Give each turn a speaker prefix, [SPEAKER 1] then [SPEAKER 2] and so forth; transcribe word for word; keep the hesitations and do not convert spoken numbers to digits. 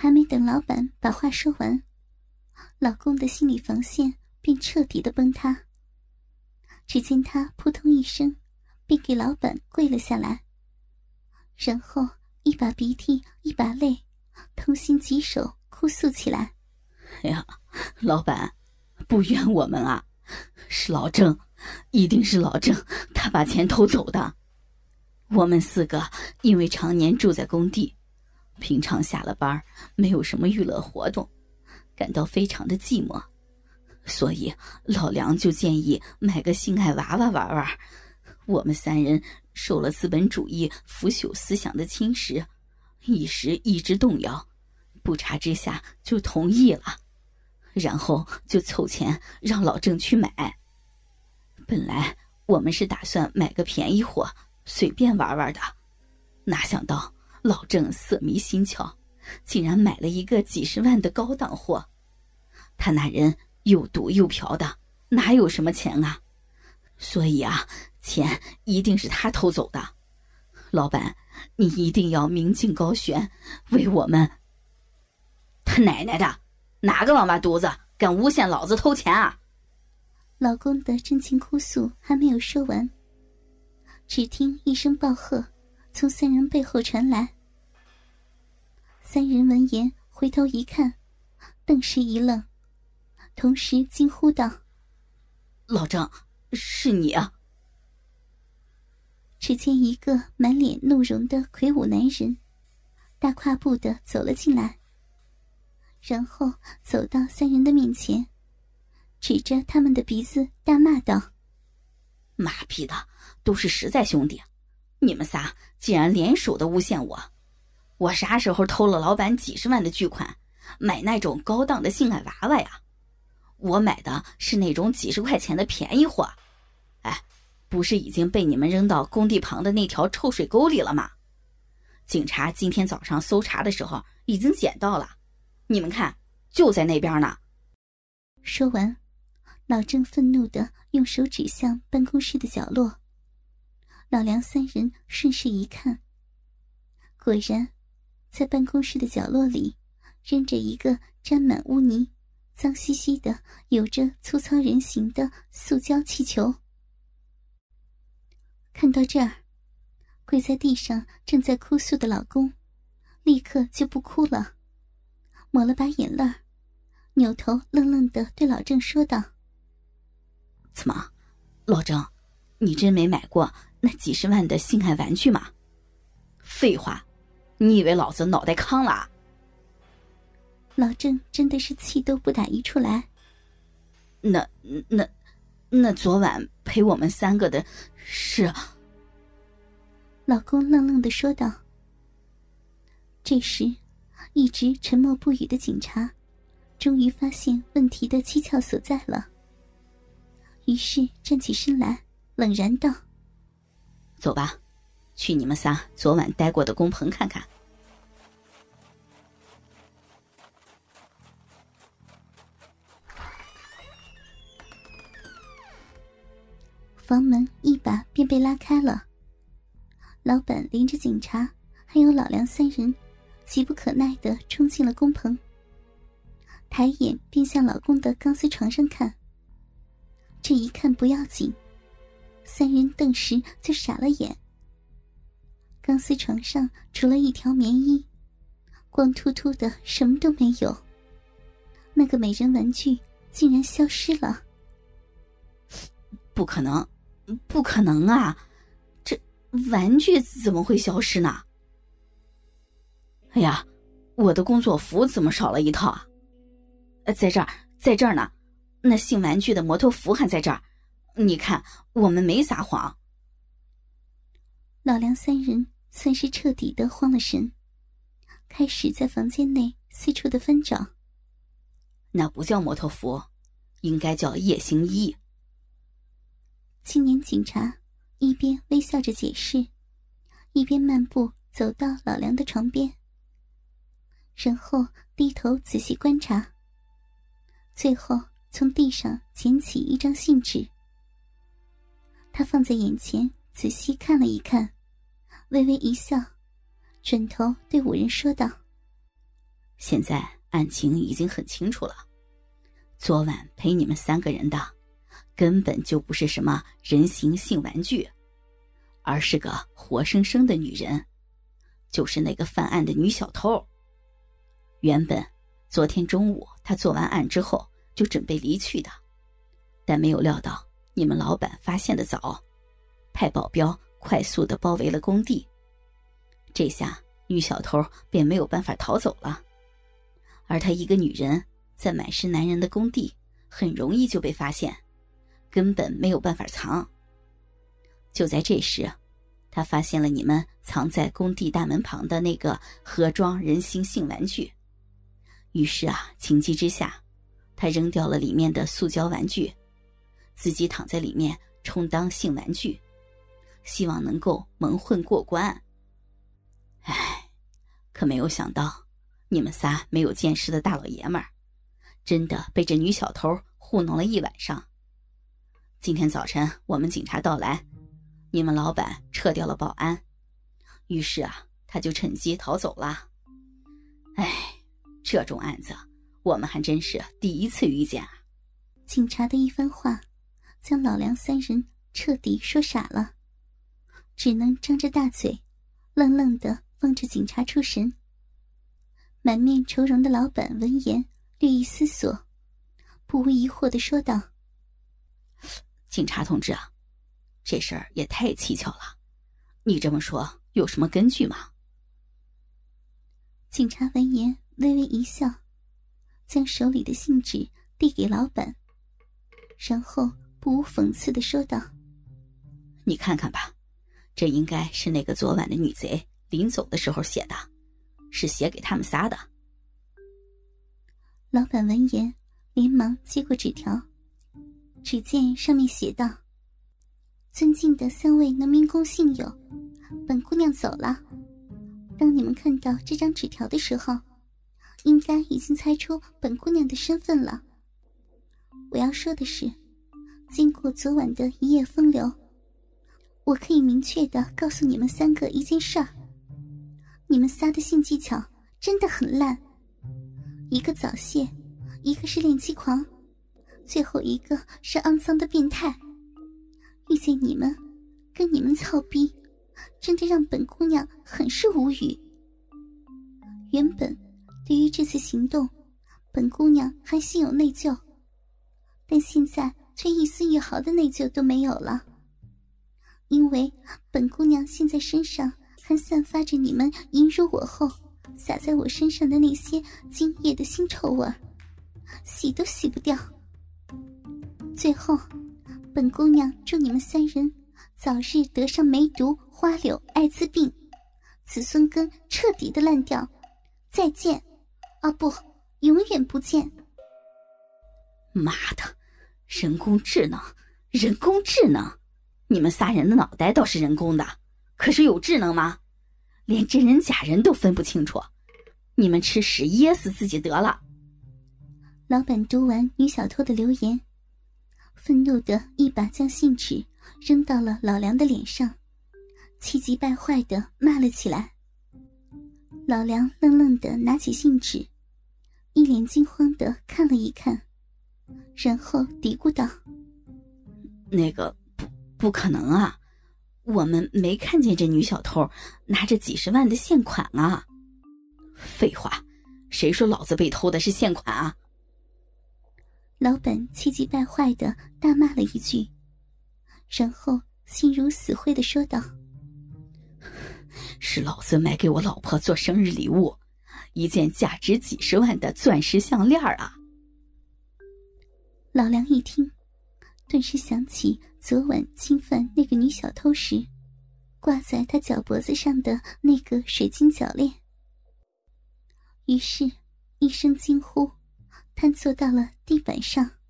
[SPEAKER 1] 还没等老板把话说完，老公的心理防线便彻底的崩塌。只见他扑通一声便给老板跪了下来，然后一把鼻涕一把泪，痛心疾首哭诉起来。
[SPEAKER 2] 哎呀，老板，不怨我们啊，是老郑，一定是老郑，他把钱偷走的。我们四个因为常年住在工地，平常下了班没有什么娱乐活动，感到非常的寂寞，所以老梁就建议买个性爱娃娃玩玩。我们三人受了资本主义腐朽思想的侵蚀，一时意志动摇，不查之下就同意了，然后就凑钱让老郑去买。本来我们是打算买个便宜货随便玩玩的，哪想到老郑色迷心窍，竟然买了一个几十万的高档货。他那人又赌又嫖的，哪有什么钱啊？所以啊，钱一定是他偷走的。老板，你一定要明镜高悬，为我们。他奶奶的，哪个王八犊子敢诬陷老子偷钱啊？
[SPEAKER 1] 老公的真情哭诉还没有说完，只听一声暴喝从三人背后传来。三人闻言回头一看，顿时一愣，同时惊呼道：
[SPEAKER 2] 老郑，是你啊！
[SPEAKER 1] 只见一个满脸怒容的魁梧男人大跨步地走了进来，然后走到三人的面前，指着他们的鼻子大骂道：
[SPEAKER 2] 妈逼的，都是实在兄弟，你们仨竟然联手的诬陷我！我啥时候偷了老板几十万的巨款，买那种高档的性爱娃娃呀？我买的是那种几十块钱的便宜货。哎，不是已经被你们扔到工地旁的那条臭水沟里了吗？警察今天早上搜查的时候已经捡到了，你们看，就在那边呢。
[SPEAKER 1] 说完，老郑愤怒地用手指向办公室的角落。老梁三人顺势一看，果然在办公室的角落里扔着一个沾满污泥、脏兮兮的有着粗糙人形的塑胶气球。看到这儿，跪在地上正在哭诉的老公立刻就不哭了，抹了把眼泪，扭头愣愣地对老郑说道：
[SPEAKER 2] 怎么，老郑，你真没买过那几十万的性爱玩具吗？废话，你以为老子脑袋糠了？
[SPEAKER 1] 老郑真的是气都不打一处来。
[SPEAKER 2] 那那那昨晚陪我们三个的是……
[SPEAKER 1] 老公愣愣地说道。这时一直沉默不语的警察终于发现问题的蹊跷所在了，于是站起身来冷然道：
[SPEAKER 2] 走吧，去你们仨昨晚待过的工棚看看。
[SPEAKER 1] 房门一把便被拉开了，老板连着警察还有老梁三人急不可耐地冲进了工棚，抬眼便向老公的钢丝床上看。这一看不要紧，三人顿时就傻了眼。钢丝床上除了一条棉衣，光秃秃的什么都没有，那个美人玩具竟然消失了。
[SPEAKER 2] 不可能，不可能啊，这玩具怎么会消失呢？哎呀，我的工作服怎么少了一套啊？在这儿，在这儿呢，那性玩具的摩托服还在这儿，你看，我们没撒谎。
[SPEAKER 1] 老梁三人算是彻底的慌了神，开始在房间内四处的翻找。
[SPEAKER 2] 那不叫摩托服，应该叫夜行衣。
[SPEAKER 1] 青年警察一边微笑着解释，一边漫步走到老梁的床边，然后低头仔细观察，最后从地上捡起一张信纸。他放在眼前仔细看了一看，微微一笑，转头对五人说道：
[SPEAKER 2] 现在案情已经很清楚了，昨晚陪你们三个人的根本就不是什么人形性玩具，而是个活生生的女人，就是那个犯案的女小偷。原本昨天中午她做完案之后就准备离去的，但没有料到你们老板发现的早，派保镖快速地包围了工地，这下女小偷便没有办法逃走了。而她一个女人在满是男人的工地，很容易就被发现，根本没有办法藏。就在这时，她发现了你们藏在工地大门旁的那个盒装人形性玩具，于是啊，情急之下，她扔掉了里面的塑胶玩具，自己躺在里面充当性玩具，希望能够蒙混过关。唉，可没有想到你们仨没有见识的大老爷们儿，真的被这女小偷糊弄了一晚上。今天早晨我们警察到来，你们老板撤掉了保安，于是啊，他就趁机逃走了。唉，这种案子我们还真是第一次遇见啊。
[SPEAKER 1] 警察的一番话将老梁三人彻底说傻了，只能张着大嘴愣愣地望着警察出神。满面愁容的老板闻言略一思索，不无疑惑地说道：
[SPEAKER 2] 警察同志啊，这事儿也太蹊跷了，你这么说有什么根据吗？
[SPEAKER 1] 警察闻言微微一笑，将手里的信纸递给老板，然后不无讽刺地说道：
[SPEAKER 2] 你看看吧，这应该是那个昨晚的女贼临走的时候写的，是写给他们仨的。
[SPEAKER 1] 老板闻言连忙接过纸条，只见上面写道：尊敬的三位农民工信友，本姑娘走了。当你们看到这张纸条的时候，应该已经猜出本姑娘的身份了。我要说的是，经过昨晚的一夜风流，我可以明确地告诉你们三个一件事儿：你们仨的性技巧真的很烂，一个早泄，一个是恋妻狂，最后一个是肮脏的变态。遇见你们，跟你们操逼，真的让本姑娘很是无语。原本对于这次行动，本姑娘还心有内疚，但现在却一丝一毫的内疚都没有了，因为本姑娘现在身上还散发着你们淫辱我后洒在我身上的那些精液的腥臭味，洗都洗不掉。最后，本姑娘祝你们三人早日得上梅毒、花柳、艾滋病，子孙根彻底的烂掉。再见，啊不，永远不见。
[SPEAKER 2] 妈的，人工智能，人工智能！你们仨人的脑袋倒是人工的，可是有智能吗？连真人假人都分不清楚，你们吃屎噎死自己得了。
[SPEAKER 1] 老板读完女小偷的留言，愤怒的一把将信纸扔到了老梁的脸上，气急败坏地骂了起来。老梁愣愣地拿起信纸，一脸惊慌地看了一看，然后嘀咕道：
[SPEAKER 2] 那个不不可能啊，我们没看见这女小偷拿着几十万的现款啊。废话，谁说老子被偷的是现款啊？
[SPEAKER 1] 老板气急败坏地大骂了一句，然后心如死灰地说道：
[SPEAKER 2] 是老子买给我老婆做生日礼物，一件价值几十万的钻石项链啊。
[SPEAKER 1] 老梁一听，顿时想起昨晚侵犯那个女小偷时挂在他脚脖子上的那个水晶脚链，于是一声惊呼，瘫坐到了地板上。